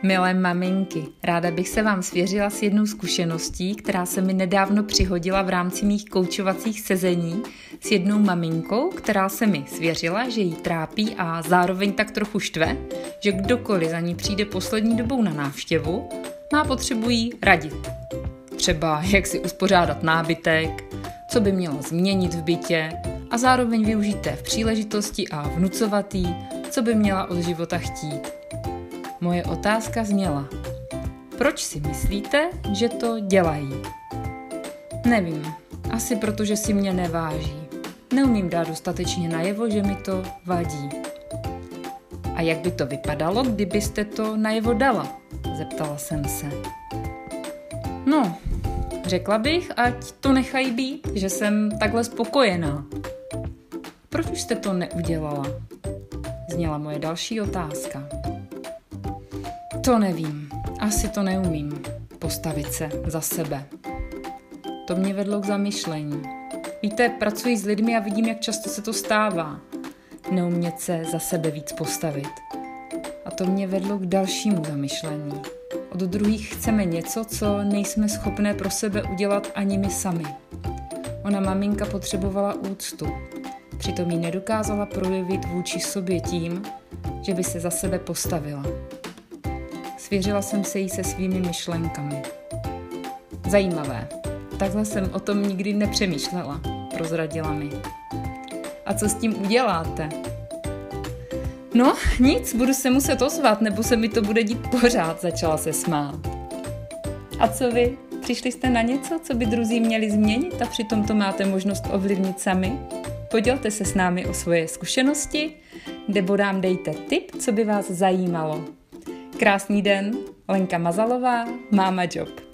Milé maminky, ráda bych se vám svěřila s jednou zkušeností, která se mi nedávno přihodila v rámci mých koučovacích sezení s jednou maminkou, která se mi svěřila, že jí trápí a zároveň tak trochu štve, že kdokoliv za ní přijde poslední dobou na návštěvu, má potřebu jí radit. Třeba jak si uspořádat nábytek, co by měla změnit v bytě a zároveň využít té v příležitosti a vnucovat jí, co by měla od života chtít. Moje otázka zněla: proč si myslíte, že to dělají? Nevím, asi protože si mě neváží. Neumím dát dostatečně najevo, že mi to vadí. A jak by to vypadalo, kdybyste to najevo dala? Zeptala jsem se. No, řekla bych, ať to nechají být, že jsem takhle spokojená. Proč už jste to neudělala? Zněla moje další otázka. To nevím, asi to neumím, postavit se za sebe. To mě vedlo k zamyšlení. Víte, pracuji s lidmi a vidím, jak často se to stává. Neumět se za sebe víc postavit. A to mě vedlo k dalšímu zamyšlení. Od druhých chceme něco, co nejsme schopné pro sebe udělat ani my sami. Ona maminka potřebovala úctu. Přitom ji nedokázala projevit vůči sobě tím, že by se za sebe postavila. Svěřila jsem se jí se svými myšlenkami. Zajímavé. Takhle jsem o tom nikdy nepřemýšlela, prozradila mi. A co s tím uděláte? No, nic, budu se muset ozvat, nebo se mi to bude dít pořád, začala se smát. A co vy? Přišli jste na něco, co by druzí měli změnit a přitom to máte možnost ovlivnit sami? Podělte se s námi o svoje zkušenosti, nebo nám dejte tip, co by vás zajímalo. Krásný den, Lenka Mazalová, Máma Job.